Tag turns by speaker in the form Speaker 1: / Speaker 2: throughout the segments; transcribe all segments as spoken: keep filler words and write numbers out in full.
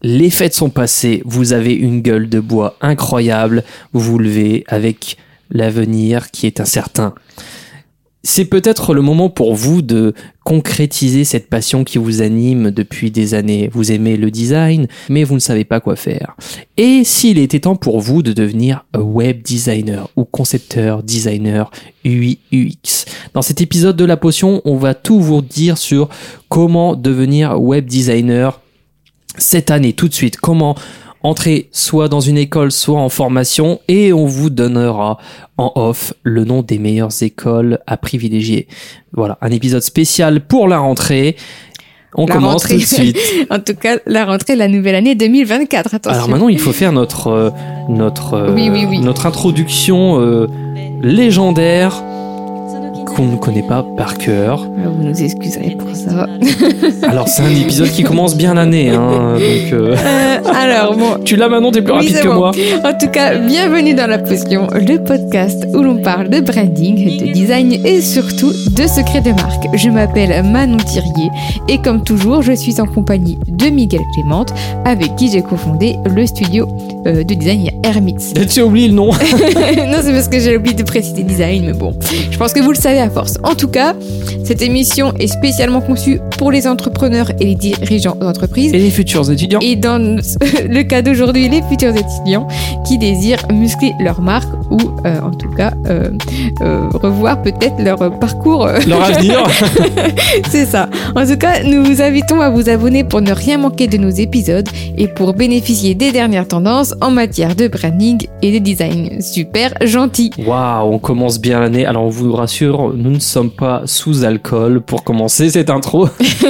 Speaker 1: les fêtes sont passées, vous avez une gueule de bois incroyable, vous vous levez avec l'avenir qui est incertain. C'est peut-être le moment pour vous de concrétiser cette passion qui vous anime depuis des années. Vous aimez le design, mais vous ne savez pas quoi faire. Et s'il était temps pour vous de devenir web designer ou concepteur, designer, U I U X. Dans cet épisode de La Potion, on va tout vous dire sur comment devenir web designer cette année, tout de suite. Comment entrer soit dans une école, soit en formation, et on vous donnera en off le nom des meilleures écoles à privilégier. Voilà, un épisode spécial pour la rentrée. On
Speaker 2: la
Speaker 1: commence
Speaker 2: rentrée.
Speaker 1: tout de suite.
Speaker 2: En tout cas, la rentrée, la nouvelle année deux mille vingt-quatre. Attention.
Speaker 1: Alors maintenant, il faut faire notre euh, notre euh,
Speaker 2: oui, oui, oui.
Speaker 1: notre introduction euh, légendaire qu'on ne connaît pas par cœur.
Speaker 2: Vous nous excuserez pour ça.
Speaker 1: Alors c'est un épisode qui commence bien l'année, hein, donc. Euh...
Speaker 2: Euh, alors bon.
Speaker 1: Tu l'as maintenant, t'es plus
Speaker 2: Oui,
Speaker 1: rapide
Speaker 2: c'est
Speaker 1: que
Speaker 2: bon.
Speaker 1: moi.
Speaker 2: En tout cas, bienvenue dans La Potion, le podcast où l'on parle de branding, de design et surtout de secrets de marque. Je m'appelle Manon Thirier et comme toujours, je suis en compagnie de Miguel Clément, avec qui j'ai cofondé le studio euh, de design Hermits.
Speaker 1: Tu as oublié le nom.
Speaker 2: Non, c'est parce que j'ai oublié de préciser design, mais bon, je pense que vous le savez à force. En tout cas, cette émission est spécialement conçue pour les entrepreneurs et les dirigeants d'entreprise.
Speaker 1: Et les futurs étudiants.
Speaker 2: Et dans le cas d'aujourd'hui, les futurs étudiants qui désirent muscler leur marque ou, euh, en tout cas, euh, euh, revoir peut-être leur parcours. Euh...
Speaker 1: Leur avenir.
Speaker 2: C'est ça. En tout cas, nous vous invitons à vous abonner pour ne rien manquer de nos épisodes et pour bénéficier des dernières tendances en matière de branding et de design. Super gentil.
Speaker 1: Waouh, on commence bien l'année. Alors on vous rassure, nous ne sommes pas sous alcool pour commencer cette intro.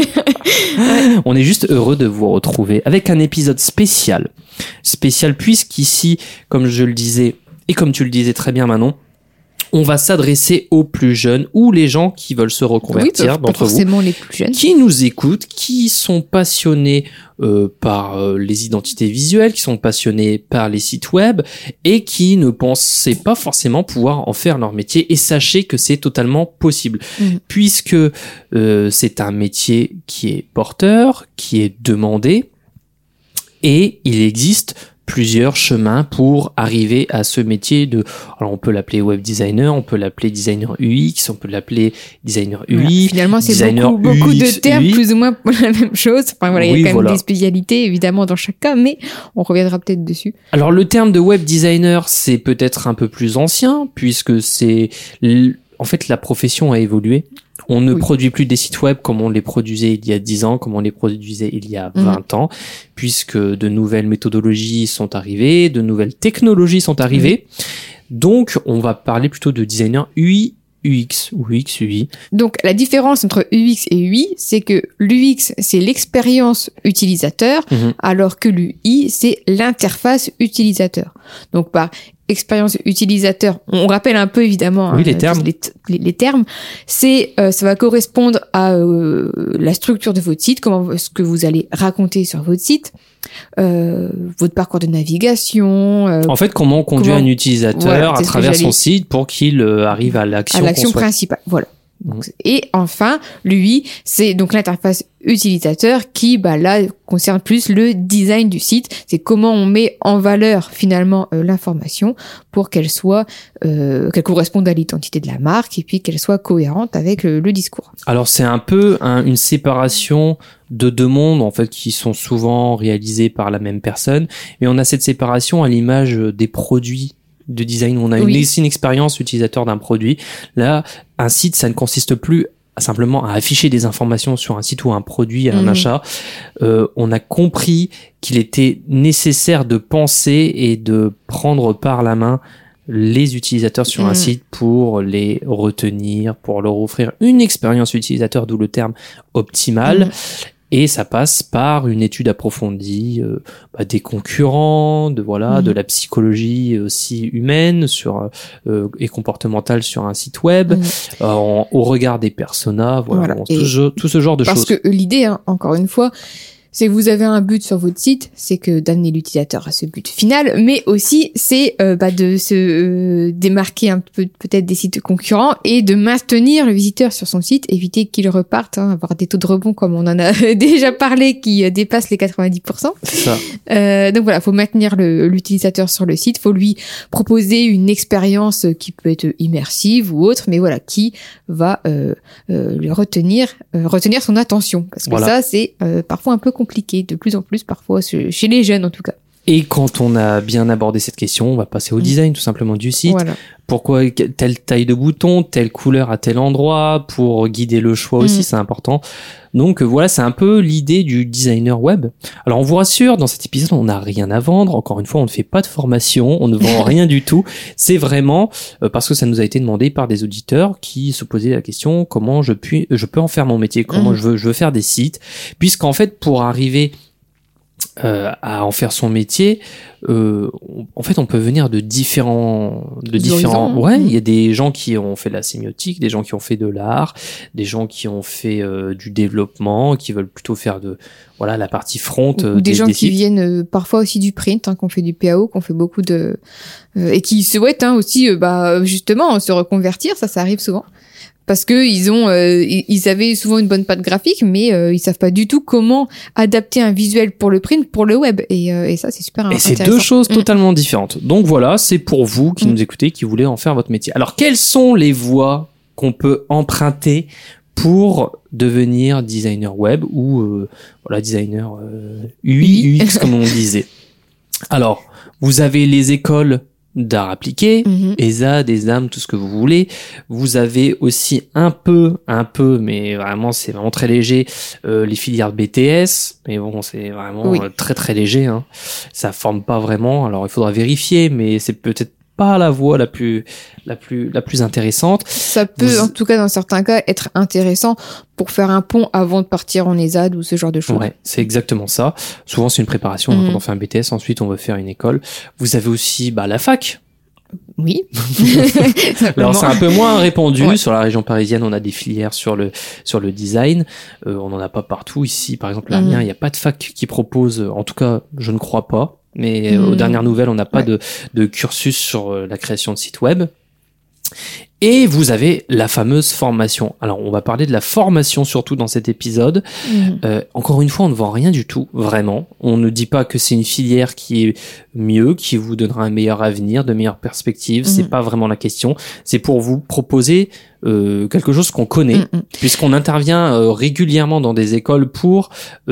Speaker 1: On est juste heureux de vous retrouver avec un épisode spécial. Spécial puisqu'ici, comme je le disais, et comme tu le disais très bien Manon, on va s'adresser aux plus jeunes ou les gens qui veulent se reconvertir
Speaker 2: oui, pas
Speaker 1: d'entre
Speaker 2: forcément
Speaker 1: vous,
Speaker 2: les plus jeunes,
Speaker 1: qui nous écoutent, qui sont passionnés euh, par euh, les identités visuelles, qui sont passionnés par les sites web et qui ne pensaient pas forcément pouvoir en faire leur métier. Et sachez que c'est totalement possible, mmh. puisque euh, c'est un métier qui est porteur, qui est demandé, et il existe plusieurs chemins pour arriver à ce métier de, alors on peut l'appeler web designer, on peut l'appeler designer U X, on peut l'appeler designer U I.
Speaker 2: Voilà, finalement, c'est
Speaker 1: designer
Speaker 2: beaucoup, beaucoup
Speaker 1: U X,
Speaker 2: de termes
Speaker 1: U I.
Speaker 2: plus ou moins pour la même chose. Enfin voilà, il
Speaker 1: oui,
Speaker 2: y a quand
Speaker 1: voilà.
Speaker 2: même des spécialités évidemment dans chaque cas, mais on reviendra peut-être dessus.
Speaker 1: Alors le terme de web designer, c'est peut-être un peu plus ancien puisque c'est, en fait, la profession a évolué. On ne oui. produit plus des sites web comme on les produisait il y a dix ans, comme on les produisait il y a vingt mmh. ans, puisque de nouvelles méthodologies sont arrivées, de nouvelles technologies sont arrivées. Mmh. Donc, on va parler plutôt de designer U I, U X ou U X, U I.
Speaker 2: Donc, la différence entre U X et U I, c'est que l'U X, c'est l'expérience utilisateur, mmh. alors que l'U I, c'est l'interface utilisateur. Donc, par expérience utilisateur, on rappelle un peu évidemment
Speaker 1: oui,
Speaker 2: hein,
Speaker 1: les termes.
Speaker 2: Les, les, les termes. C'est, euh, ça va correspondre à euh, la structure de votre site, comment ce que vous allez raconter sur votre site, euh, votre parcours de navigation. Euh,
Speaker 1: en fait, comment on conduit comment... un utilisateur voilà, à travers son site pour qu'il euh, arrive à l'action.
Speaker 2: À l'action
Speaker 1: qu'on
Speaker 2: principale. Voilà. Donc, et enfin, l'U I, c'est donc l'interface utilisateur qui, bah là, concerne plus le design du site. C'est comment on met en valeur finalement euh, l'information pour qu'elle soit, euh, qu'elle corresponde à l'identité de la marque et puis qu'elle soit cohérente avec le, le discours.
Speaker 1: Alors c'est un peu un, une séparation de deux mondes en fait qui sont souvent réalisés par la même personne, mais on a cette séparation à l'image des produits de design où on a oui. une, une expérience utilisateur d'un produit. Là, un site, ça ne consiste plus simplement à afficher des informations sur un site ou un produit, un mmh. achat. Euh, on a compris qu'il était nécessaire de penser et de prendre par la main les utilisateurs sur mmh. un site pour les retenir, pour leur offrir une expérience utilisateur, d'où le terme optimal. Mmh. Et ça passe par une étude approfondie euh, bah, des concurrents, de voilà, mmh. de la psychologie aussi humaine sur euh, et comportementale sur un site web, mmh. euh, en, au regard des personas, voilà,
Speaker 2: voilà.
Speaker 1: Bon, tout, ce, tout ce genre de
Speaker 2: parce
Speaker 1: choses.
Speaker 2: Parce que l'idée, hein, encore une fois, c'est que vous avez un but sur votre site, c'est que d'amener l'utilisateur à ce but final, mais aussi c'est euh, bah, de se euh, démarquer un peu peut-être des sites concurrents et de maintenir le visiteur sur son site, éviter qu'il reparte, hein, avoir des taux de rebond comme on en a déjà parlé qui euh, dépassent les quatre-vingt-dix pour cent.
Speaker 1: C'est ça.
Speaker 2: Euh, donc voilà, faut maintenir le, l'utilisateur sur le site, faut lui proposer une expérience qui peut être immersive ou autre, mais voilà, qui va euh, euh, lui retenir euh, retenir son attention, parce que voilà. ça c'est euh, parfois un peu compliqué, de plus en plus parfois chez les jeunes en tout cas.
Speaker 1: Et quand on a bien abordé cette question, on va passer au design tout simplement du site. Voilà. Pourquoi telle taille de bouton, telle couleur à tel endroit, pour guider le choix aussi, mmh. c'est important. Donc voilà, c'est un peu l'idée du designer web. Alors on vous rassure, dans cet épisode, on n'a rien à vendre. Encore une fois, on ne fait pas de formation, on ne vend rien du tout. C'est vraiment euh, parce que ça nous a été demandé par des auditeurs qui se posaient la question comment je puis, je peux en faire mon métier, comment mmh. je veux, je veux faire des sites, puisqu'en fait pour arriver Euh, à en faire son métier, euh, en fait, on peut venir de différents, de différents. Horizons. Ouais, il y a des gens qui ont fait de la sémiotique, des gens qui ont fait de l'art, des gens qui ont fait euh, du développement, qui veulent plutôt faire de, voilà, la partie front.
Speaker 2: Ou
Speaker 1: euh,
Speaker 2: des,
Speaker 1: des
Speaker 2: gens
Speaker 1: des
Speaker 2: qui
Speaker 1: sites.
Speaker 2: viennent euh, parfois aussi du print, hein, qu'on fait du P A O, qu'on fait beaucoup de euh, et qui souhaitent hein, aussi, euh, bah justement, se reconvertir. Ça, ça arrive souvent. Parce que ils ont, euh, ils avaient souvent une bonne patte graphique, mais euh, ils savent pas du tout comment adapter un visuel pour le print, pour le web, et, euh, et ça c'est super
Speaker 1: et
Speaker 2: intéressant.
Speaker 1: Et c'est deux choses
Speaker 2: mmh.
Speaker 1: totalement différentes. Donc voilà, c'est pour vous qui mmh. nous écoutez, qui voulez en faire votre métier. Alors quelles sont les voies qu'on peut emprunter pour devenir designer web ou euh, voilà designer euh, U I U X comme on disait. Alors vous avez les écoles d'art appliqué, mm-hmm. E S A, D E S A M, tout ce que vous voulez. Vous avez aussi un peu, un peu, mais vraiment c'est vraiment très léger, euh, les filières de B T S. Mais bon, c'est vraiment oui. euh, très très léger. Hein. Ça forme pas vraiment. Alors il faudra vérifier, mais c'est peut-être pas la voie la plus la plus la plus intéressante.
Speaker 2: Ça peut vous... en tout cas dans certains cas être intéressant pour faire un pont avant de partir en E S A D ou ce genre de choses.
Speaker 1: Ouais, c'est exactement ça. Souvent c'est une préparation mmh. quand on fait un B T S, ensuite on veut faire une école. Vous avez aussi bah la fac.
Speaker 2: Oui.
Speaker 1: Alors c'est un peu moins répandu ouais. sur la région parisienne. On a des filières sur le sur le design. Euh, on en a pas partout ici. Par exemple, à Amiens, il mmh. y a pas de fac qui propose. En tout cas, je ne crois pas. Mais mmh. aux dernières nouvelles, on n'a pas ouais. de, de cursus sur la création de sites web. Et vous avez la fameuse formation. Alors, on va parler de la formation surtout dans cet épisode. Mmh. Euh, encore une fois, on ne vend rien du tout, vraiment. On ne dit pas que c'est une filière qui est mieux, qui vous donnera un meilleur avenir, de meilleures perspectives. Mmh. C'est pas vraiment la question. C'est pour vous proposer euh, quelque chose qu'on connaît, mmh. puisqu'on intervient euh, régulièrement dans des écoles pour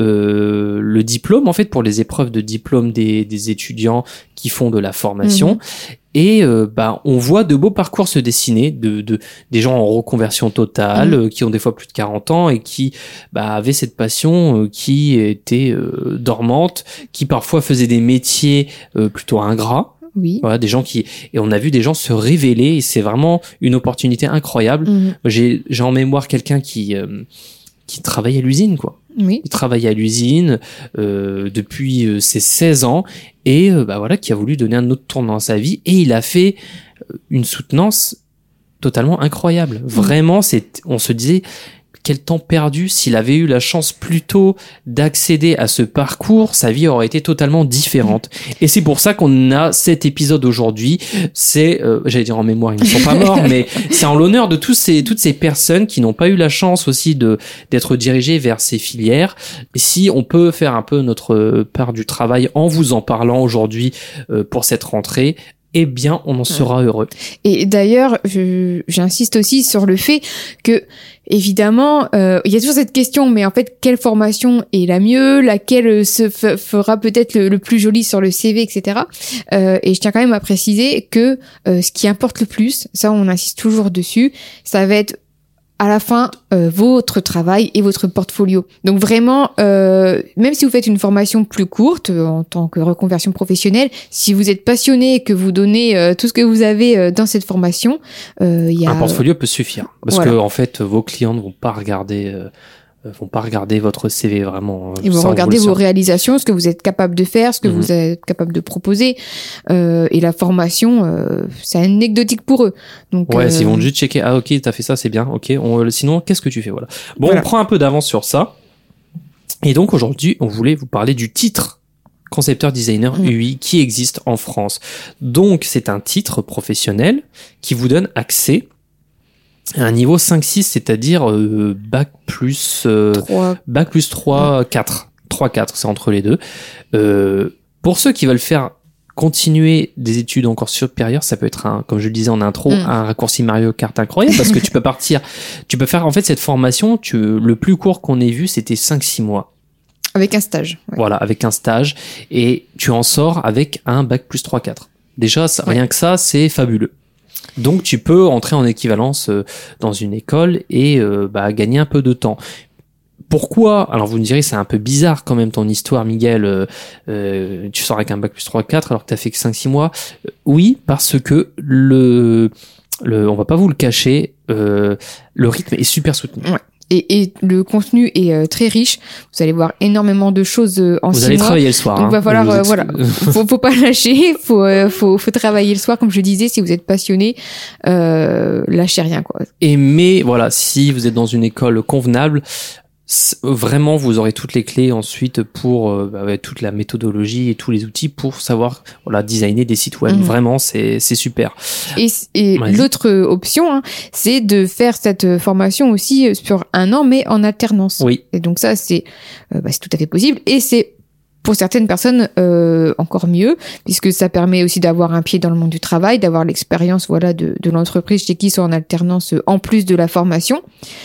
Speaker 1: euh, le diplôme, en fait, pour les épreuves de diplôme des, des étudiants qui font de la formation. Mmh. Et euh, bah on voit de beaux parcours se dessiner, de, de des gens en reconversion totale, mmh. euh, qui ont des fois plus de quarante ans et qui bah avaient cette passion euh, qui était euh, dormante, qui parfois faisaient des métiers euh, plutôt ingrats.
Speaker 2: Oui.
Speaker 1: Voilà, des gens qui et on a vu des gens se révéler et c'est vraiment une opportunité incroyable. Mmh. J'ai j'ai en mémoire quelqu'un qui euh, qui travaille à l'usine quoi.
Speaker 2: Oui.
Speaker 1: Il travaille à l'usine euh, depuis euh, ses seize ans et euh, bah voilà qui a voulu donner un autre tournant à sa vie et il a fait une soutenance totalement incroyable. Mmh. Vraiment, c'est on se disait quel temps perdu. S'il avait eu la chance plus tôt d'accéder à ce parcours, sa vie aurait été totalement différente. Et c'est pour ça qu'on a cet épisode aujourd'hui. C'est, euh, j'allais dire en mémoire, ils ne sont pas morts, mais c'est en l'honneur de tous ces, toutes ces personnes qui n'ont pas eu la chance aussi de d'être dirigées vers ces filières. Et si on peut faire un peu notre part du travail en vous en parlant aujourd'hui euh, pour cette rentrée, eh bien, on en sera heureux.
Speaker 2: Et d'ailleurs, je, j'insiste aussi sur le fait que, évidemment, euh, il y a toujours cette question, mais en fait, quelle formation est la mieux, laquelle se f- fera peut-être le, le plus joli sur le C V, et cetera. Euh, et je tiens quand même à préciser que euh, ce qui importe le plus, ça, on insiste toujours dessus, ça va être à la fin euh, votre travail et votre portfolio. Donc vraiment, euh, même si vous faites une formation plus courte euh, en tant que reconversion professionnelle, si vous êtes passionné et que vous donnez euh, tout ce que vous avez euh, dans cette formation, euh, il y a
Speaker 1: un portfolio peut suffire parce
Speaker 2: voilà.
Speaker 1: que en fait vos clients ne vont pas regarder euh, vont pas regarder votre C V vraiment.
Speaker 2: Ils vont regarder vos réalisations, ce que vous êtes capable de faire, ce que mm-hmm. vous êtes capable de proposer. Euh, et la formation, euh, c'est anecdotique pour eux. Donc,
Speaker 1: ouais,
Speaker 2: euh...
Speaker 1: s'ils vont juste checker, ah ok, t'as fait ça, c'est bien, ok. On, sinon, qu'est-ce que tu fais, voilà. Bon,
Speaker 2: voilà.
Speaker 1: On prend un peu d'avance sur ça. Et donc aujourd'hui, on voulait vous parler du titre concepteur designer U I qui existe en France. Donc c'est un titre professionnel qui vous donne accès à un niveau cinq six, c'est-à-dire euh, bac plus euh,
Speaker 2: trois.
Speaker 1: bac plus trois, quatre. trois quatre, c'est entre les deux. Euh, pour ceux qui veulent faire continuer des études encore supérieures, ça peut être un, comme je le disais en intro, mm. un raccourci Mario Kart incroyable parce que tu peux partir, tu peux faire en fait cette formation, tu, le plus court qu'on ait vu, c'était cinq six mois.
Speaker 2: Avec un stage. Ouais.
Speaker 1: Voilà, avec un stage. Et tu en sors avec un bac plus trois quatre. Déjà, ça,
Speaker 2: ouais.
Speaker 1: rien que ça, c'est fabuleux. Donc, tu peux entrer en équivalence euh, dans une école et euh, bah, gagner un peu de temps. Pourquoi ? Alors, vous me direz, c'est un peu bizarre quand même ton histoire, Miguel. Euh, euh, tu sors avec un bac plus trois quatre alors que tu as fait que cinq six mois. Euh, oui, parce que le, le, on va pas vous le cacher, euh, le rythme est super soutenu.
Speaker 2: Ouais. Et, et le contenu est euh, très riche. Vous allez voir énormément de choses euh, en
Speaker 1: vous
Speaker 2: six
Speaker 1: allez
Speaker 2: mois.
Speaker 1: travailler le soir.
Speaker 2: Donc,
Speaker 1: hein.
Speaker 2: va falloir, euh,
Speaker 1: êtes...
Speaker 2: voilà, faut, faut pas lâcher. Faut, euh, faut, faut travailler le soir, comme je disais. Si vous êtes passionné, euh, lâchez rien, quoi.
Speaker 1: Et mais voilà, si vous êtes dans une école convenable, vraiment vous aurez toutes les clés ensuite pour euh, bah ouais, toute la méthodologie et tous les outils pour savoir voilà designer des sites web. Mmh. Vraiment, c'est c'est super.
Speaker 2: Et, et l'autre option, hein, c'est de faire cette formation aussi sur un an, mais en alternance.
Speaker 1: Oui.
Speaker 2: Et donc ça, c'est euh, bah, c'est tout à fait possible. Et c'est pour certaines personnes euh, encore mieux, puisque ça permet aussi d'avoir un pied dans le monde du travail, d'avoir l'expérience voilà de, de l'entreprise chez qui ils sont en alternance en plus de la formation.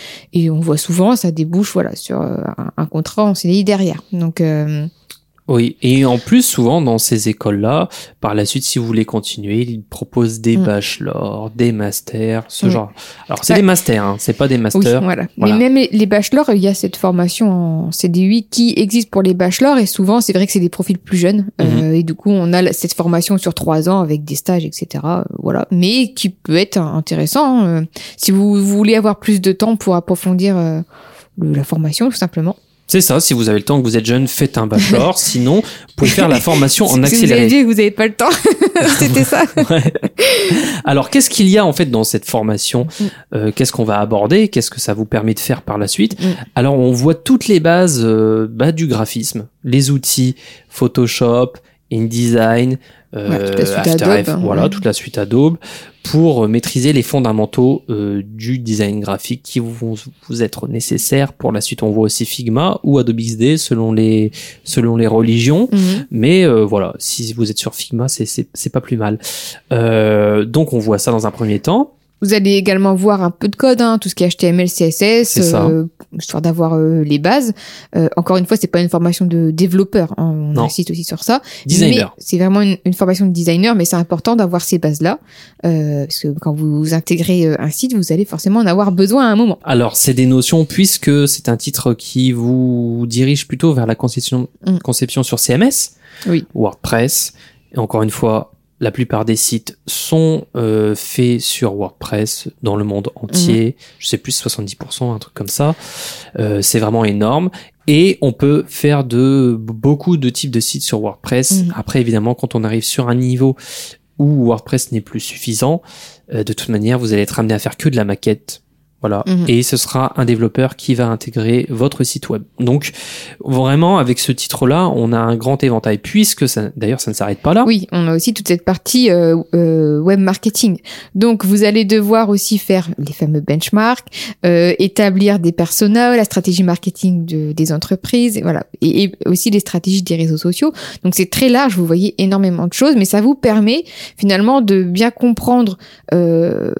Speaker 2: Et on voit souvent, ça débouche voilà sur un, un contrat en C D I derrière. Donc euh,
Speaker 1: oui, et en plus, souvent, dans ces écoles-là, par la suite, si vous voulez continuer, ils proposent des mmh. bachelors, des masters, ce mmh. genre. Alors, c'est ouais. des masters, hein, c'est pas des masters.
Speaker 2: Oui, voilà. voilà. Mais même les bachelors, il y a cette formation en C D I qui existe pour les bachelors, et souvent, c'est vrai que c'est des profils plus jeunes, mmh. euh, et du coup, on a cette formation sur trois ans avec des stages, et cetera. Euh, voilà. Mais qui peut être intéressant, hein, euh, si vous voulez avoir plus de temps pour approfondir euh, le, la formation, tout simplement.
Speaker 1: C'est ça, si vous avez le temps, que vous êtes jeune, faites un bachelor. Sinon, vous pouvez faire la formation en accéléré.
Speaker 2: Si vous avez dit que vous n'avez pas le temps, c'était ça.
Speaker 1: Ouais. Alors, qu'est-ce qu'il y a en fait dans cette formation ? mm. euh, Qu'est-ce qu'on va aborder ? Qu'est-ce que ça vous permet de faire par la suite ? mm. Alors, on voit toutes les bases euh, bah, du graphisme, les outils Photoshop, InDesign, euh,
Speaker 2: ouais, toute la suite
Speaker 1: After
Speaker 2: Adobe,
Speaker 1: Effects, voilà,
Speaker 2: ouais.
Speaker 1: toute la suite Adobe, pour maîtriser les fondamentaux euh, du design graphique qui vont vous être nécessaires pour la suite. On voit aussi Figma ou Adobe X D selon les selon les religions, mm-hmm. mais euh, voilà, si vous êtes sur Figma, c'est c'est c'est pas plus mal. Euh, donc on voit ça dans un premier temps.
Speaker 2: Vous allez également voir un peu de code, hein, tout ce qui est H T M L, C S S, euh, histoire d'avoir euh, les bases. Euh, encore une fois, c'est pas une formation de développeur, hein, on non. insiste aussi sur ça.
Speaker 1: Designer.
Speaker 2: Mais c'est vraiment une, une formation de designer, mais c'est important d'avoir ces bases-là, euh, parce que quand vous intégrez un site, vous allez forcément en avoir besoin à un moment.
Speaker 1: Alors, c'est des notions, puisque c'est un titre qui vous dirige plutôt vers la conception, mm. conception sur C M S,
Speaker 2: oui.
Speaker 1: WordPress, et encore une fois, la plupart des sites sont euh, faits sur WordPress dans le monde entier. Mmh. Je sais plus, soixante-dix pour cent, un truc comme ça. Euh, c'est vraiment énorme. Et on peut faire de beaucoup de types de sites sur WordPress. Mmh. Après, évidemment, quand on arrive sur un niveau où WordPress n'est plus suffisant, euh, de toute manière, vous allez être amené à faire que de la maquette. Voilà. Mmh. Et ce sera un développeur qui va intégrer votre site web. Donc, vraiment, avec ce titre-là, on a un grand éventail, puisque ça, d'ailleurs, ça ne s'arrête pas là.
Speaker 2: Oui, on a aussi toute cette partie euh, euh, web marketing. Donc, vous allez devoir aussi faire les fameux benchmarks, euh, établir des personas, la stratégie marketing de, des entreprises, et voilà, et, et aussi les stratégies des réseaux sociaux. Donc, c'est très large. Vous voyez énormément de choses, mais ça vous permet finalement de bien comprendre. Euh,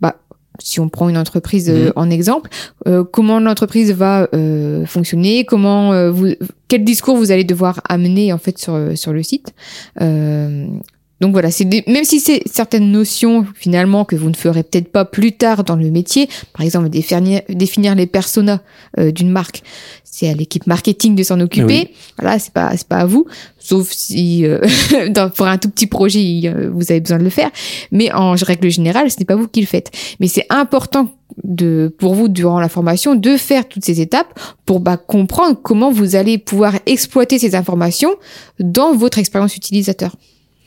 Speaker 2: Si on prend une entreprise euh, mmh. en exemple, euh, comment l'entreprise va euh, fonctionner, comment euh, vous, quel discours vous allez devoir amener en fait sur sur le site. Euh, donc voilà, c'est des, même si c'est certaines notions finalement que vous ne ferez peut-être pas plus tard dans le métier, par exemple définir définir les personas euh, d'une marque, c'est à l'équipe marketing de s'en occuper. Oui. Voilà, c'est pas c'est pas à vous, sauf si euh, dans, pour un tout petit projet euh, vous avez besoin de le faire. Mais en règle générale, ce n'est pas vous qui le faites. Mais c'est important de pour vous durant la formation de faire toutes ces étapes pour bah, comprendre comment vous allez pouvoir exploiter ces informations dans votre expérience utilisateur.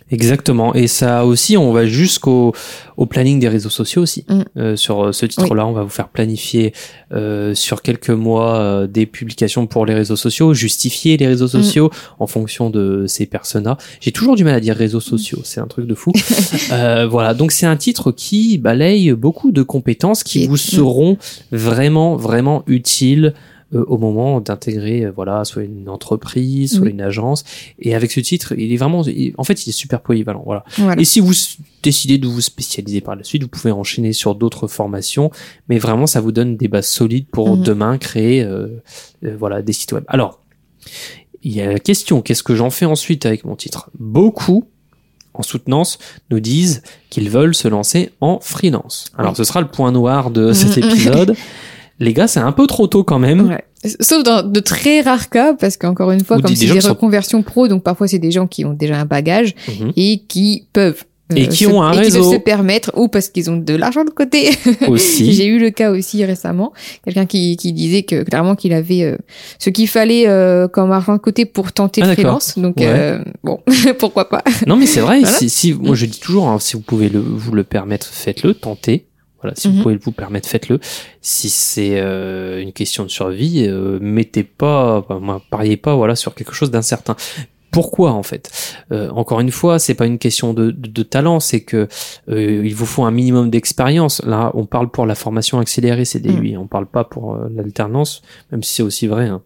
Speaker 1: Exactement. Et ça aussi, on va jusqu'au au planning des réseaux sociaux aussi. Mm. Euh, sur ce titre-là, oui. On va vous faire planifier euh, sur quelques mois euh, des publications pour les réseaux sociaux, justifier les réseaux sociaux mm. en fonction de ces personas. J'ai toujours du mal à dire réseaux sociaux, mm. c'est un truc de fou. euh, voilà, donc c'est un titre qui balaye beaucoup de compétences qui Et vous seront mm. vraiment, vraiment utiles Euh, au moment d'intégrer euh, voilà soit une entreprise soit oui. une agence. Et avec ce titre, il est vraiment il, en fait il est super polyvalent, voilà. voilà et si vous décidez de vous spécialiser par la suite, vous pouvez enchaîner sur d'autres formations, mais vraiment ça vous donne des bases solides pour mmh. demain créer euh, euh, voilà des sites web. Alors il y a la question, qu'est-ce que j'en fais ensuite avec mon titre? Beaucoup en soutenance nous disent qu'ils veulent se lancer en freelance. Alors oui. ce sera le point noir de cet épisode. Les gars, c'est un peu trop tôt quand même.
Speaker 2: Ouais. Sauf dans de très rares cas, parce qu'encore une fois, Ou comme c'est des, des reconversions sont... pro, donc parfois c'est des gens qui ont déjà un bagage mm-hmm. et qui peuvent
Speaker 1: euh, et qui
Speaker 2: se,
Speaker 1: ont un
Speaker 2: et
Speaker 1: réseau,
Speaker 2: qui peuvent se permettre, ou parce qu'ils ont de l'argent de côté.
Speaker 1: Aussi.
Speaker 2: J'ai eu le cas aussi récemment, quelqu'un qui qui disait que clairement qu'il avait euh, ce qu'il fallait euh, comme argent de côté pour tenter ah, le freelance. Donc ouais. euh, bon, pourquoi pas.
Speaker 1: Non mais c'est vrai. Voilà. Si, si moi je dis toujours, hein, si vous pouvez le, vous le permettre, faites-le, tentez. Voilà, si mm-hmm. vous pouvez vous permettre, faites-le. Si c'est euh, une question de survie, euh, mettez pas, bah, pariez pas, voilà, sur quelque chose d'incertain. Pourquoi en fait euh, Encore une fois, c'est pas une question de, de, de talent, c'est que euh, il vous faut un minimum d'expérience. Là, on parle pour la formation accélérée C D I, mm. on parle pas pour euh, l'alternance, même si c'est aussi vrai. Hein.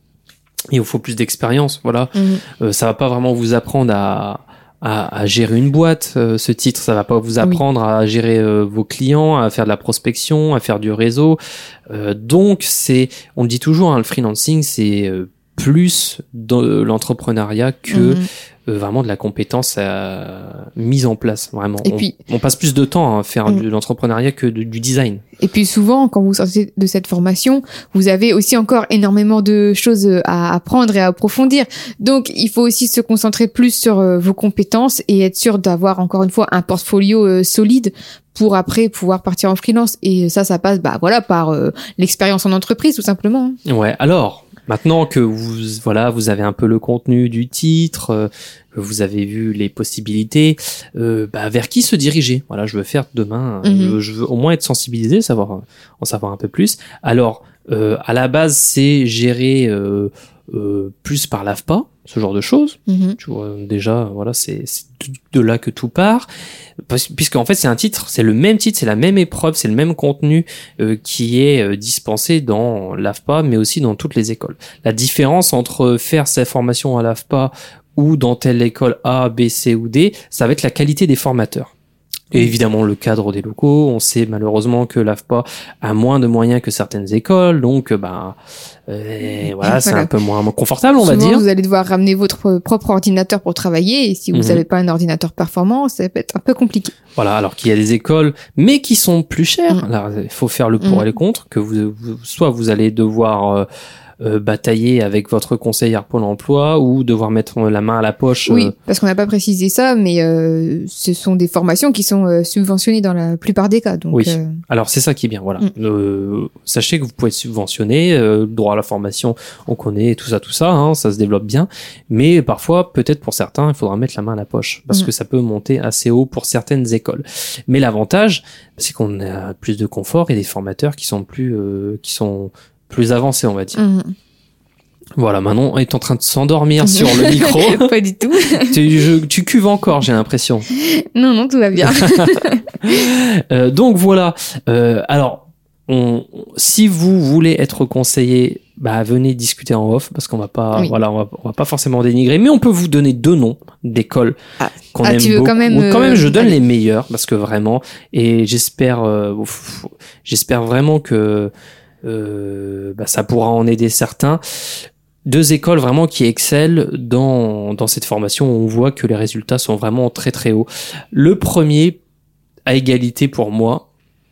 Speaker 1: Il vous faut plus d'expérience, voilà. Mm. Euh, ça va pas vraiment vous apprendre à À, à gérer une boîte, euh, ce titre, ça va pas vous apprendre oui. à gérer euh, vos clients, à faire de la prospection, à faire du réseau. Euh, donc c'est, on le dit toujours, hein, le freelancing c'est euh, plus dans l'entrepreneuriat que mmh. euh, vraiment de la compétence euh, mise en place, vraiment.
Speaker 2: Et
Speaker 1: on,
Speaker 2: puis,
Speaker 1: on passe plus de temps à faire mmh. de l'entrepreneuriat que de, du design.
Speaker 2: Et puis souvent, quand vous sortez de cette formation, vous avez aussi encore énormément de choses à apprendre et à approfondir. Donc, il faut aussi se concentrer plus sur euh, vos compétences et être sûr d'avoir encore une fois un portfolio euh, solide pour après pouvoir partir en freelance. Et ça, ça passe, bah voilà, par euh, l'expérience en entreprise, tout simplement.
Speaker 1: Ouais. Alors. Maintenant que vous voilà, vous avez un peu le contenu du titre, euh, que vous avez vu les possibilités, euh, bah, vers qui se diriger? Voilà, je veux faire demain, mm-hmm. je, veux, je veux au moins être sensibilisé, savoir en savoir un peu plus. Alors, euh, à la base, c'est géré euh, euh, plus par l'A F P A, ce genre de choses. Mm-hmm. Tu vois, déjà, voilà, c'est, c'est de là que tout part. Puisqu'en fait, c'est un titre, c'est le même titre, c'est la même épreuve, c'est le même contenu euh, qui est euh, dispensé dans l'A F P A, mais aussi dans toutes les écoles. La différence entre faire sa formation à l'A F P A ou dans telle école A, B, C ou D, ça va être la qualité des formateurs. Et évidemment le cadre des locaux, on sait malheureusement que l'A F P A a moins de moyens que certaines écoles, donc bah euh, voilà, c'est voilà. un peu moins confortable, on
Speaker 2: Souvent,
Speaker 1: va dire.
Speaker 2: Vous allez devoir ramener votre propre ordinateur pour travailler, et si vous n'avez mm-hmm. pas un ordinateur performant, ça peut être un peu compliqué.
Speaker 1: Voilà, alors qu'il y a des écoles, mais qui sont plus chères. Mm. Alors il faut faire le pour mm. et le contre, que vous, vous soit vous allez devoir euh, Euh, batailler avec votre conseillère Pôle emploi ou devoir mettre la main à la poche.
Speaker 2: Oui,
Speaker 1: euh...
Speaker 2: parce qu'on n'a pas précisé ça, mais euh, ce sont des formations qui sont euh, subventionnées dans la plupart des cas. Donc,
Speaker 1: oui,
Speaker 2: euh...
Speaker 1: alors c'est ça qui est bien, voilà. Mm. Euh, sachez que vous pouvez être subventionné, euh, le droit à la formation, on connaît tout ça, tout ça, hein, ça se développe bien, mais parfois, peut-être pour certains, il faudra mettre la main à la poche, parce mm. que ça peut monter assez haut pour certaines écoles. Mais l'avantage, c'est qu'on a plus de confort et des formateurs qui sont plus... Euh, qui sont plus avancé, on va dire. Mmh. Voilà, Manon est en train de s'endormir sur le micro.
Speaker 2: Pas du tout.
Speaker 1: tu, je, tu cuves encore, j'ai l'impression.
Speaker 2: Non, non, tout va bien.
Speaker 1: euh, donc voilà. Euh, alors, on, si vous voulez être conseillé, bah venez discuter en off, parce qu'on va pas, oui. voilà, on va, on va pas forcément dénigrer, mais on peut vous donner deux noms d'écoles ah. qu'on
Speaker 2: ah,
Speaker 1: aime
Speaker 2: tu veux
Speaker 1: beaucoup.
Speaker 2: Quand même,
Speaker 1: euh... quand même, je donne
Speaker 2: allez.
Speaker 1: les meilleurs, parce que vraiment, et j'espère, euh, j'espère vraiment que Euh, bah, ça pourra en aider certains. Deux écoles vraiment qui excellent dans, dans cette formation, où on voit que les résultats sont vraiment très très hauts. Le premier, à égalité pour moi,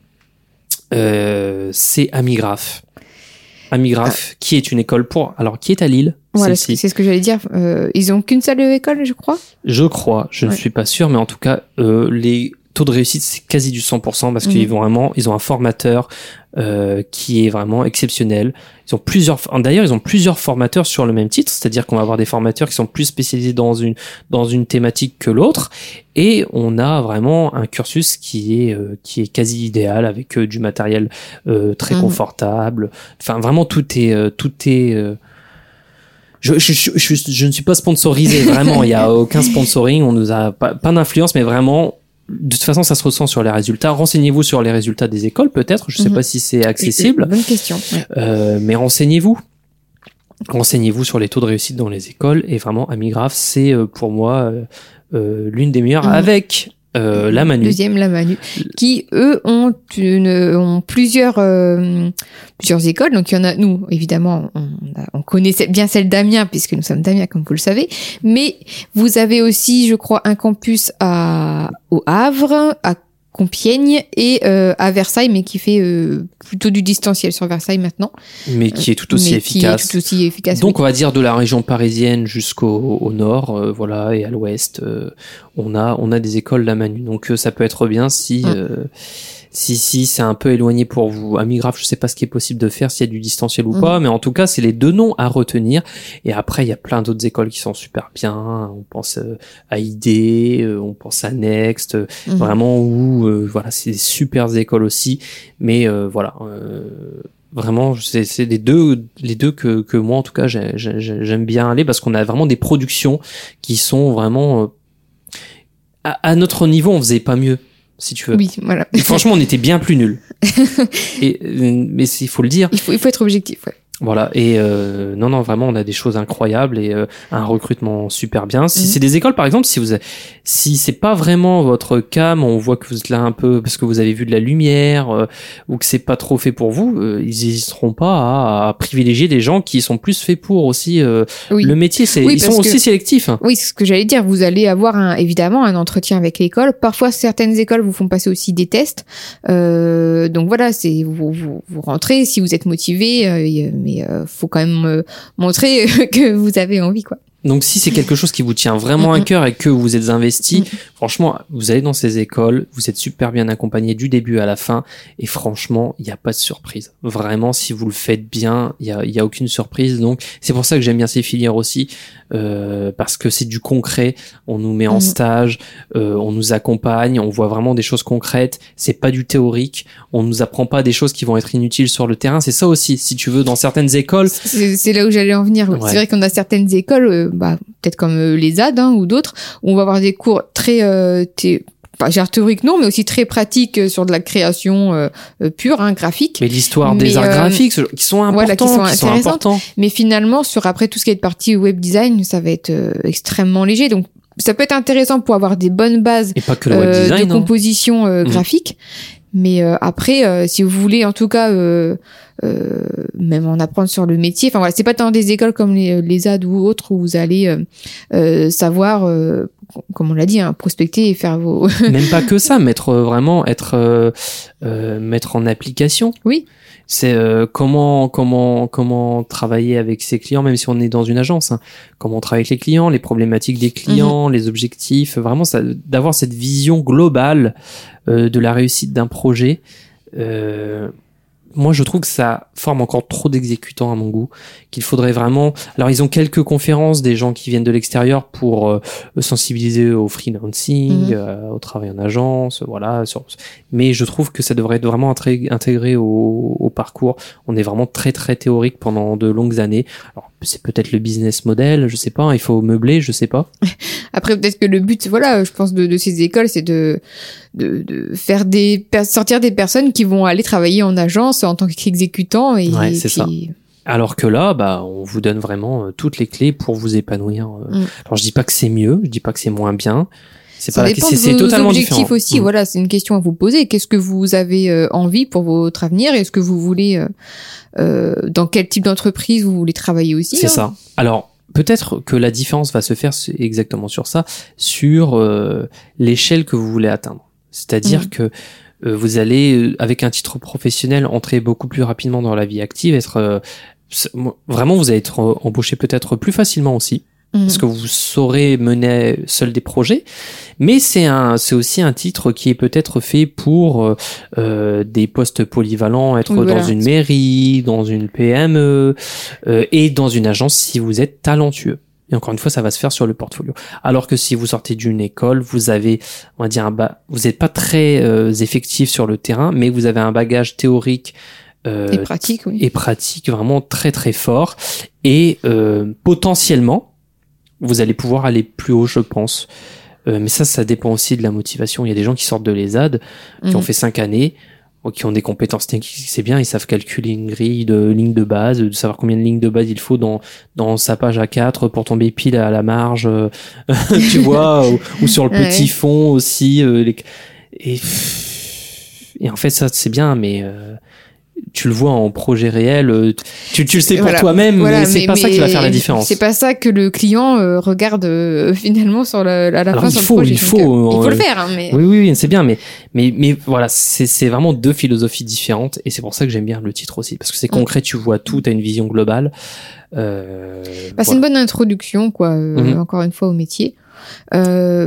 Speaker 1: euh, c'est Amigraph. Amigraph, ah. qui est une école pour... Alors, qui est à Lille?
Speaker 2: Voilà, c'est ce que j'allais dire. Euh, ils ont qu'une seule école, je crois.
Speaker 1: Je crois, je ouais. ne suis pas sûr, mais en tout cas, euh, les taux de réussite c'est quasi du cent pour cent parce mmh. qu'ils vont vraiment, ils ont un formateur euh, qui est vraiment exceptionnel. Ils ont plusieurs, d'ailleurs ils ont plusieurs formateurs sur le même titre, c'est-à-dire qu'on va avoir des formateurs qui sont plus spécialisés dans une dans une thématique que l'autre, et on a vraiment un cursus qui est euh, qui est quasi idéal avec euh, du matériel euh, très mmh. confortable. Enfin vraiment tout est euh, tout est euh, Je, je, je, je, je ne suis pas sponsorisé, vraiment. Il y a aucun sponsoring. On nous a pas, pas d'influence, mais vraiment, de toute façon, ça se ressent sur les résultats. Renseignez-vous sur les résultats des écoles, peut-être. Je ne sais mm-hmm. pas si c'est accessible.
Speaker 2: Bonne question. Ouais.
Speaker 1: Euh, mais renseignez-vous. Renseignez-vous sur les taux de réussite dans les écoles. Et vraiment, Amigraph, c'est pour moi euh, euh, l'une des meilleures mm-hmm. avec Euh, la Manu.
Speaker 2: Deuxième, la Manu, qui eux ont une, ont plusieurs, euh, plusieurs écoles. Donc il y en a, nous évidemment, on, on connaît bien celle d'Amiens puisque nous sommes d'Amiens comme vous le savez. Mais vous avez aussi, je crois, un campus à au Havre, à Compiègne et euh, à Versailles, mais qui fait euh, plutôt du distanciel sur Versailles maintenant.
Speaker 1: Mais qui est tout aussi
Speaker 2: mais
Speaker 1: efficace.
Speaker 2: Qui est tout aussi efficace.
Speaker 1: Donc
Speaker 2: oui.
Speaker 1: on va dire de la région parisienne jusqu'au au nord, euh, voilà, et à l'ouest, euh, on a on a des écoles la Manu. Donc euh, ça peut être bien si hum. euh, si si c'est un peu éloigné pour vous. Amigraph, je sais pas ce qui est possible de faire s'il y a du distanciel ou mmh. pas, mais en tout cas c'est les deux noms à retenir. Et après il y a plein d'autres écoles qui sont super bien. On pense euh, à I D, euh, on pense à Next, euh, mmh. vraiment où euh, voilà c'est des super écoles aussi. Mais euh, voilà. Euh, Vraiment, c'est, c'est les deux, les deux que, que moi en tout cas j'ai, j'ai, j'aime bien aller parce qu'on a vraiment des productions qui sont vraiment euh, à, à notre niveau, on faisait pas mieux. Si tu veux.
Speaker 2: Oui, voilà.
Speaker 1: Et franchement, on était bien plus nuls. Et mais il faut le dire.
Speaker 2: Il faut, il faut être objectif. Ouais.
Speaker 1: Voilà. Et euh, non, non, vraiment, on a des choses incroyables et euh, un recrutement super bien. Si mmh. c'est des écoles, par exemple, si vous, avez, si c'est pas vraiment votre cam, on voit que vous êtes là un peu parce que vous avez vu de la lumière euh, ou que c'est pas trop fait pour vous, euh, ils n'hésiteront pas à, à privilégier des gens qui sont plus faits pour aussi euh, oui. le métier. C'est, oui, ils sont que, aussi sélectifs.
Speaker 2: Oui, c'est ce que j'allais dire. Vous allez avoir un, évidemment un entretien avec l'école. Parfois, certaines écoles vous font passer aussi des tests. Euh, donc voilà, c'est vous, vous, vous rentrez si vous êtes motivé. Euh, mais euh, faut quand même euh, montrer que vous avez envie, quoi.
Speaker 1: Donc si c'est quelque chose qui vous tient vraiment à cœur et que vous êtes investi, mmh. franchement, vous allez dans ces écoles, vous êtes super bien accompagné du début à la fin et franchement, il n'y a pas de surprise. Vraiment, si vous le faites bien, il y a, y a aucune surprise. Donc c'est pour ça que j'aime bien ces filières aussi, euh, parce que c'est du concret. On nous met en mmh. stage, euh, on nous accompagne, on voit vraiment des choses concrètes. C'est pas du théorique. On nous apprend pas des choses qui vont être inutiles sur le terrain. C'est ça aussi, si tu veux, dans certaines écoles.
Speaker 2: C'est, c'est là où j'allais en venir. Ouais. C'est vrai qu'on a certaines écoles. Euh, bah, peut-être comme euh, les A D hein, ou d'autres, où on va avoir des cours très euh, thé... enfin, genre théoriques non, mais aussi très pratiques euh, sur de la création euh, euh, pure, hein, graphique.
Speaker 1: Mais l'histoire mais, des arts euh, graphiques qui sont importants, voilà, qui sont, qui sont importants.
Speaker 2: Mais finalement, sur après tout ce qui est partie web design, ça va être euh, extrêmement léger. Donc ça peut être intéressant pour avoir des bonnes bases
Speaker 1: Et pas que le web design,
Speaker 2: euh, de composition euh, mmh. graphique. Mais euh, après, euh, si vous voulez, en tout cas, euh, euh, même en apprendre sur le métier. Enfin voilà, c'est pas dans des écoles comme les, les A D ou autres où vous allez euh, euh, savoir, euh, comme on l'a dit, hein, prospecter et faire vos.
Speaker 1: Même pas que ça, mettre vraiment être euh, euh, mettre en application.
Speaker 2: Oui.
Speaker 1: C'est euh, comment comment comment travailler avec ses clients, même si on est dans une agence. Hein. Comment on travaille avec les clients, les problématiques des clients, mmh. les objectifs. Vraiment, ça, d'avoir cette vision globale euh, de la réussite d'un projet. Euh, moi, je trouve que ça forme encore trop d'exécutants à mon goût, qu'il faudrait vraiment... Alors, ils ont quelques conférences, des gens qui viennent de l'extérieur pour euh, sensibiliser au freelancing, mmh. euh, au travail en agence, voilà. Sur... Mais je trouve que ça devrait être vraiment intégré au, au parcours. On est vraiment très, très théorique pendant de longues années. Alors, c'est peut-être le business model, je sais pas, hein, il faut meubler, je sais pas.
Speaker 2: Après, peut-être que le but, voilà, je pense, de, de ces écoles, c'est de, de, de faire des, sortir des personnes qui vont aller travailler en agence en tant qu'exécutants et,
Speaker 1: ouais,
Speaker 2: et
Speaker 1: c'est
Speaker 2: puis...
Speaker 1: ça. Alors que là, bah, on vous donne vraiment euh, toutes les clés pour vous épanouir. Euh. Mm. Alors, je dis pas que c'est mieux, je dis pas que c'est moins bien. C'est
Speaker 2: ça
Speaker 1: pas
Speaker 2: dépend
Speaker 1: la...
Speaker 2: de
Speaker 1: c'est,
Speaker 2: vos
Speaker 1: c'est totalement
Speaker 2: objectifs
Speaker 1: différent.
Speaker 2: aussi.
Speaker 1: Mm.
Speaker 2: Voilà, c'est une question à vous poser. Qu'est-ce que vous avez euh, envie pour votre avenir? Est-ce que vous voulez, euh, euh, dans quel type d'entreprise vous voulez travailler aussi?
Speaker 1: C'est
Speaker 2: hein
Speaker 1: ça. Alors, peut-être que la différence va se faire exactement sur ça, sur euh, l'échelle que vous voulez atteindre. C'est-à-dire mmh. que euh, vous allez, avec un titre professionnel, entrer beaucoup plus rapidement dans la vie active, être euh, vraiment, vous allez être embauché peut-être plus facilement aussi. mmh. parce que vous saurez mener seul des projets, mais c'est un, c'est aussi un titre qui est peut-être fait pour euh, des postes polyvalents, être oui, dans voilà. une mairie, dans une P M E euh, et dans une agence si vous êtes talentueux. Et encore une fois, ça va se faire sur le portfolio. Alors que si vous sortez d'une école, vous avez, on va dire, un ba... vous n'êtes pas très euh, effectif sur le terrain, mais vous avez un bagage théorique euh,
Speaker 2: et pratique, oui.
Speaker 1: et pratique vraiment très très fort. Et euh, potentiellement, vous allez pouvoir aller plus haut, je pense. Euh, mais ça, ça dépend aussi de la motivation. Il y a des gens qui sortent de l'ESAD, qui mmh. ont fait cinq années, qui ont des compétences techniques, c'est bien, ils savent calculer une grille de lignes de base, de savoir combien de lignes de base il faut dans dans sa page A quatre pour tomber pile à la marge, euh, tu vois, ou, ou sur le petit ouais. fond aussi. Euh, les... et, et en fait, ça, c'est bien, mais... Euh, tu le vois en projet réel, tu, tu le sais pour voilà. toi-même, voilà, mais c'est mais, pas mais ça qui va faire la différence.
Speaker 2: C'est pas ça que le client euh, regarde euh, finalement sur le, à la
Speaker 1: Alors
Speaker 2: fin
Speaker 1: il
Speaker 2: sur
Speaker 1: faut,
Speaker 2: le projet.
Speaker 1: Il faut,
Speaker 2: Donc, euh, il faut
Speaker 1: euh,
Speaker 2: le faire. Hein, mais...
Speaker 1: Oui, oui, c'est bien, mais, mais, mais voilà, c'est, c'est vraiment deux philosophies différentes et c'est pour ça que j'aime bien le titre aussi, parce que c'est concret, tu vois tout, t'as une vision globale. Euh,
Speaker 2: bah,
Speaker 1: voilà.
Speaker 2: C'est une bonne introduction, quoi, euh, mm-hmm. encore une fois, au métier. Euh...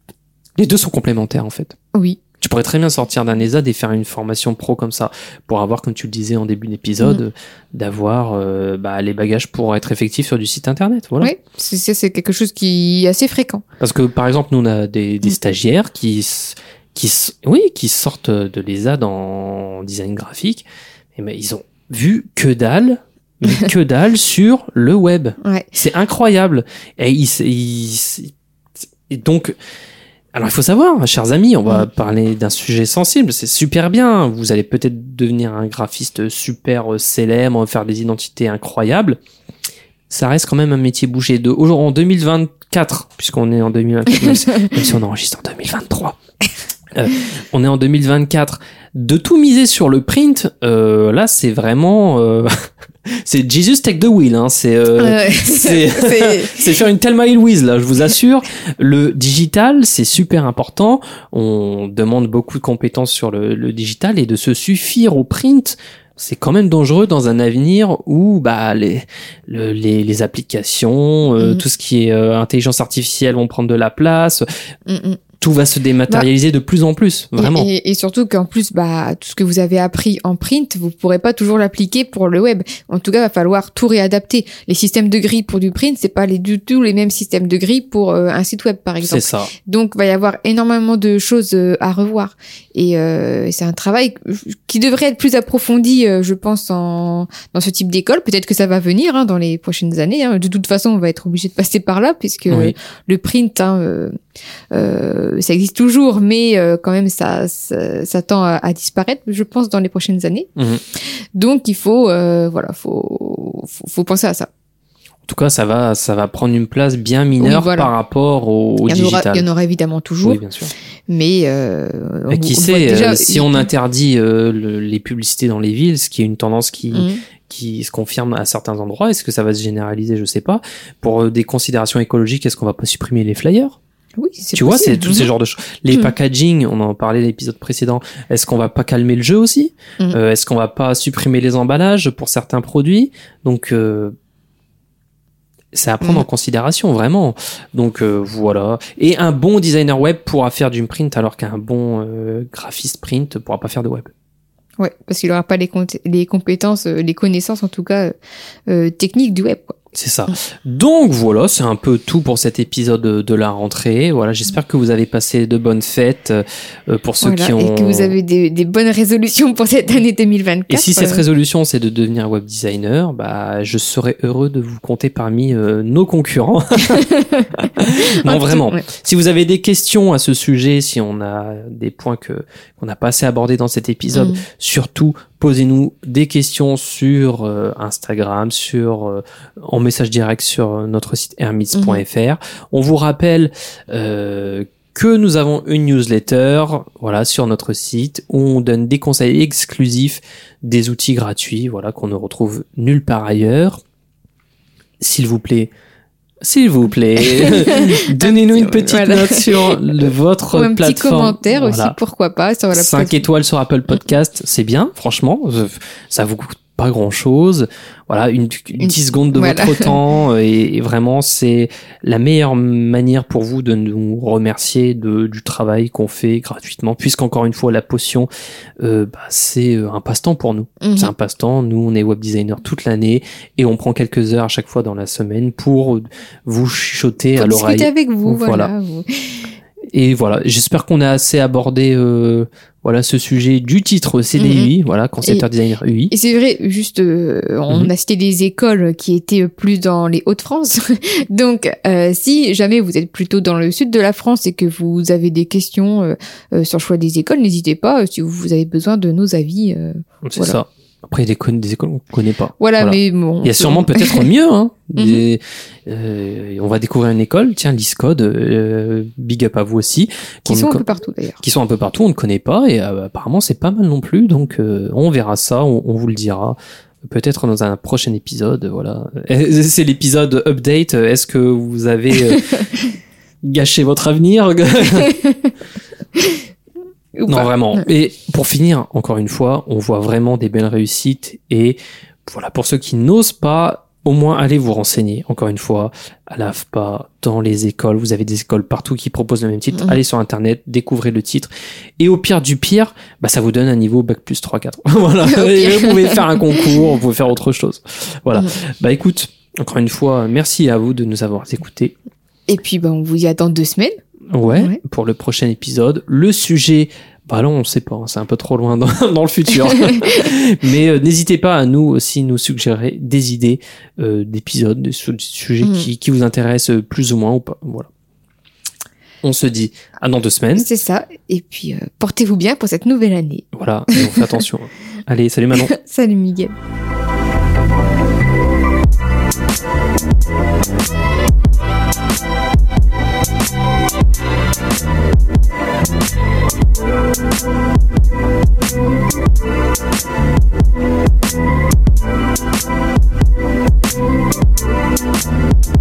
Speaker 1: Les deux sont complémentaires, en fait.
Speaker 2: Oui.
Speaker 1: Tu pourrais très bien sortir d'un ESAD et faire une formation pro comme ça, pour avoir, comme tu le disais en début d'épisode, mmh. d'avoir euh, bah, les bagages pour être effectif sur du site internet. Voilà.
Speaker 2: Oui, c'est, c'est quelque chose qui est assez fréquent.
Speaker 1: Parce que, par exemple, nous, on a des, des mmh. stagiaires qui, qui, oui, qui sortent de l'ESAD en design graphique, et ben, ils ont vu que dalle, mais que dalle sur le web.
Speaker 2: Ouais.
Speaker 1: C'est incroyable. Et, ils, ils, et donc... Alors il faut savoir, chers amis, on va mmh. parler d'un sujet sensible, c'est super bien, vous allez peut-être devenir un graphiste super célèbre, faire des identités incroyables, ça reste quand même un métier bouché. De aujourd'hui en deux mille vingt-quatre, puisqu'on est en deux mille vingt-quatre, même si, même si on enregistre en deux mille vingt-trois, euh, on est en deux mille vingt-quatre, de tout miser sur le print, euh, là c'est vraiment... Euh, c'est Jesus take the wheel, hein. C'est, euh, ouais. c'est, c'est... c'est faire une Thelma et Louise, là, je vous assure. Le digital, c'est super important. On demande beaucoup de compétences sur le, le digital et de se suffire au print. C'est quand même dangereux dans un avenir où bah les le, les, les applications, euh, mm. tout ce qui est euh, intelligence artificielle vont prendre de la place. Mm-mm. Tout va se dématérialiser bah, de plus en plus, vraiment.
Speaker 2: Et, et, et surtout qu'en plus, bah, tout ce que vous avez appris en print, vous pourrez pas toujours l'appliquer pour le web. En tout cas, il va falloir tout réadapter. Les systèmes de grille pour du print, c'est pas les, du tout les mêmes systèmes de grille pour euh, un site web, par exemple.
Speaker 1: C'est ça.
Speaker 2: Donc, il va y avoir énormément de choses euh, à revoir. Et euh, c'est un travail qui devrait être plus approfondi, euh, je pense, en, dans ce type d'école. Peut-être que ça va venir hein, dans les prochaines années. Hein. De toute façon, on va être obligé de passer par là, puisque oui. euh, le print... Hein, euh, Euh, ça existe toujours, mais euh, quand même ça, ça, ça tend à, à disparaître, je pense, dans les prochaines années. Mmh. Donc il faut, euh, voilà, faut, faut, faut penser à ça.
Speaker 1: En tout cas, ça va, ça va prendre une place bien mineure oui, voilà. par rapport au, au
Speaker 2: il
Speaker 1: digital.
Speaker 2: Aura, il y en aura évidemment toujours.
Speaker 1: Oui, bien sûr.
Speaker 2: Mais euh,
Speaker 1: Et qui on sait, déjà, euh, si il... on interdit euh, le, les publicités dans les villes, ce qui est une tendance qui mmh. qui se confirme à certains endroits, est-ce que ça va se généraliser? Je sais pas. Pour des considérations écologiques, est-ce qu'on va pas supprimer les flyers?
Speaker 2: Oui, c'est
Speaker 1: tu
Speaker 2: possible.
Speaker 1: vois, c'est tous
Speaker 2: mmh.
Speaker 1: ces genres de choses. Les mmh. packaging, on en parlait l'épisode précédent. Est-ce qu'on va pas calmer le jeu aussi? mmh. euh, Est-ce qu'on va pas supprimer les emballages pour certains produits? Donc, euh, c'est à prendre mmh. en considération, vraiment. Donc, euh, voilà. Et un bon designer web pourra faire du print alors qu'un bon euh, graphiste print pourra pas faire de web.
Speaker 2: Ouais, parce qu'il n'aura pas les, compé- les compétences, euh, les connaissances en tout cas euh, techniques du web, quoi.
Speaker 1: C'est ça. Donc voilà, c'est un peu tout pour cet épisode de, de la rentrée. Voilà, j'espère que vous avez passé de bonnes fêtes euh, pour ceux
Speaker 2: voilà,
Speaker 1: qui ont...
Speaker 2: Et que vous avez des, des bonnes résolutions pour cette année deux mille vingt-quatre.
Speaker 1: Et si cette euh... résolution, c'est de devenir web designer, bah, je serais heureux de vous compter parmi euh, nos concurrents. Non, vraiment. Ouais. Si vous avez des questions à ce sujet, si on a des points que qu'on n'a pas assez abordés dans cet épisode, mmh. surtout, posez-nous des questions sur euh, Instagram, sur euh, en message direct sur notre site hermits point f r. Mmh. On vous rappelle euh, que nous avons une newsletter, voilà, sur notre site où on donne des conseils exclusifs, des outils gratuits, voilà, qu'on ne retrouve nulle part ailleurs. S'il vous plaît, S'il vous plaît, donnez-nous une petite voilà. note sur le, votre
Speaker 2: Ou un
Speaker 1: plateforme. Un
Speaker 2: petit commentaire voilà. aussi, pourquoi pas. Sur la
Speaker 1: cinq étoiles sur Apple Podcast, c'est bien, franchement. Ça vous coûte pas grand chose. Voilà, une, une dix secondes de voilà. votre temps et, et vraiment c'est la meilleure manière pour vous de nous remercier de, du travail qu'on fait gratuitement, puisqu'encore une fois la potion euh, bah, c'est un passe-temps pour nous. Mm-hmm. C'est un passe-temps. Nous on est web designer toute l'année et on prend quelques heures à chaque fois dans la semaine pour vous chuchoter
Speaker 2: pour
Speaker 1: à l'oreille.
Speaker 2: Discuter avec vous, voilà.
Speaker 1: voilà. Et voilà, j'espère qu'on a assez abordé euh, voilà ce sujet du titre C D U I, mm-hmm. voilà, concepteur designer U I.
Speaker 2: Et c'est vrai, juste euh, on mm-hmm. a cité des écoles qui étaient plus dans les Hauts-de-France. Donc euh, si jamais vous êtes plutôt dans le sud de la France et que vous avez des questions euh, euh, sur le choix des écoles, n'hésitez pas, si vous avez besoin de nos avis. Euh,
Speaker 1: c'est
Speaker 2: voilà.
Speaker 1: ça. Après, il y a des, des écoles qu'on ne connaît pas.
Speaker 2: Voilà, voilà, mais bon.
Speaker 1: Il y a sûrement peut-être mieux, hein. Mm-hmm. Des, euh, on va découvrir une école, tiens, l'ISCODE, euh, big up à vous aussi.
Speaker 2: Qui sont un peu partout, d'ailleurs.
Speaker 1: Qui sont un peu partout, on ne connaît pas, et euh, apparemment, c'est pas mal non plus, donc euh, on verra ça, on, on vous le dira. Peut-être dans un prochain épisode, voilà. C'est l'épisode update. Est-ce que vous avez euh, gâché votre avenir?
Speaker 2: Ou
Speaker 1: non,
Speaker 2: pas.
Speaker 1: vraiment. Et pour finir, encore une fois, on voit vraiment des belles réussites. Et voilà, pour ceux qui n'osent pas, au moins allez vous renseigner. Encore une fois, à l'A F P A, dans les écoles, vous avez des écoles partout qui proposent le même titre. Mmh. Allez sur Internet, découvrez le titre. Et au pire du pire, bah, ça vous donne un niveau bac plus trois quatre. Voilà. Et vous pouvez faire un concours, vous pouvez faire autre chose. Voilà. Mmh. Bah, écoute, encore une fois, merci à vous de nous avoir écoutés.
Speaker 2: Et puis, bah, on vous y attend deux semaines.
Speaker 1: Ouais, ouais, pour le prochain épisode. Le sujet, bah là, on sait pas, c'est un peu trop loin dans, dans le futur. Mais euh, n'hésitez pas à nous aussi nous suggérer des idées euh, d'épisodes, des, des sujets mmh. qui, qui vous intéressent plus ou moins ou pas. Voilà. On se dit à dans deux semaines.
Speaker 2: C'est ça. Et puis, euh, portez-vous bien pour cette nouvelle année.
Speaker 1: Voilà, et on fait attention. Allez, salut Manon.
Speaker 2: Salut Miguel. We'll be right back.